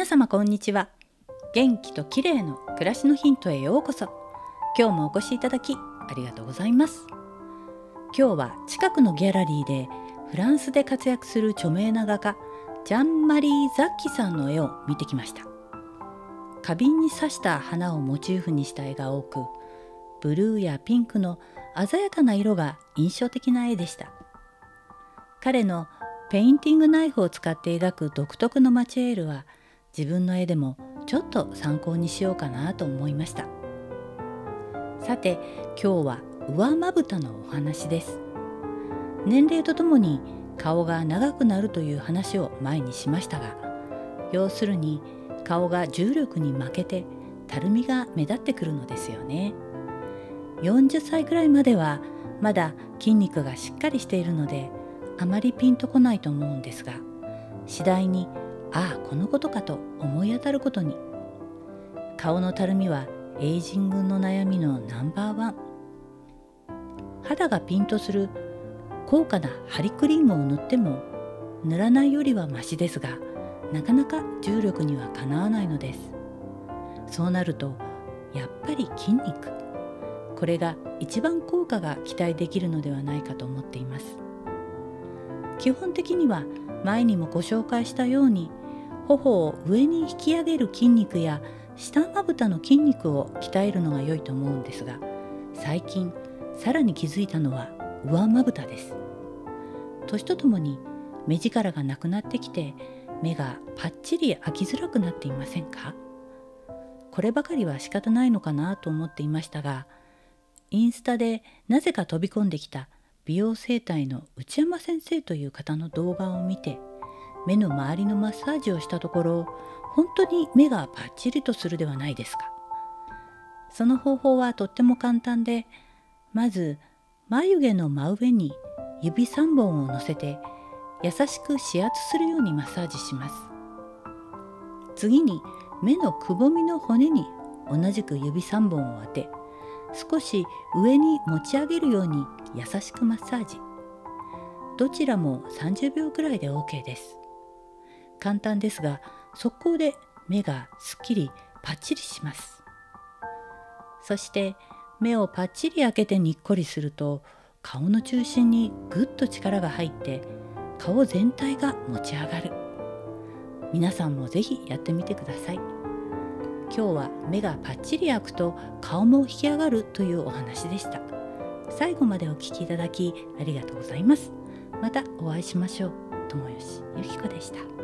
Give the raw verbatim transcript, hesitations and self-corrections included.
皆様こんにちは。元気と綺麗の暮らしのヒントへようこそ。今日もお越しいただきありがとうございます。今日は近くのギャラリーでフランスで活躍する著名な画家ジャンマリー・ザッキさんの絵を見てきました。花瓶に挿した花をモチーフにした絵が多く、ブルーやピンクの鮮やかな色が印象的な絵でした。彼のペインティングナイフを使って描く独特のマチエールは自分の絵でもちょっと参考にしようかなと思いました。さて今日は上まぶたのお話です。年齢とともに顔が長くなるという話を前にしましたが、要するに顔が重力に負けてたるみが目立ってくるのですよね。よんじゅっさいくらいまではまだ筋肉がしっかりしているのであまりピンとこないと思うんですが、次第にああこのことかと思い当たることに。顔のたるみはエイジングの悩みのナンバーワン。肌がピンとする高価なハリクリームを塗っても塗らないよりはマシですが、なかなか重力にはかなわないのです。そうなるとやっぱり筋肉、これが一番効果が期待できるのではないかと思っています。基本的には前にもご紹介したように、頬を上に引き上げる筋肉や下まぶたの筋肉を鍛えるのが良いと思うんですが、最近さらに気づいたのは上まぶたです。年とともに目力がなくなってきて、目がパッチリ開きづらくなっていませんか？こればかりは仕方ないのかなと思っていましたが、インスタでなぜか飛び込んできた美容整体の内山先生という方の動画を見て、目の周りのマッサージをしたところ、本当に目がパッチリとするではないですか。その方法はとっても簡単で、まず眉毛の真上に指さんぼんを乗せて優しく指圧するようにマッサージします。次に目のくぼみの骨に同じく指さんぼんを当て、少し上に持ち上げるように優しくマッサージ。どちらもさんじゅうびょうくらいで OK です。簡単ですが、速攻で目がすっきりパッチリします。そして目をパッチリ開けてにっこりすると、顔の中心にぐっと力が入って顔全体が持ち上がる。皆さんもぜひやってみてください。今日は目がパッチリ開くと顔も引き上がるというお話でした。最後までお聞きいただきありがとうございます。またお会いしましょう。友吉ゆき子でした。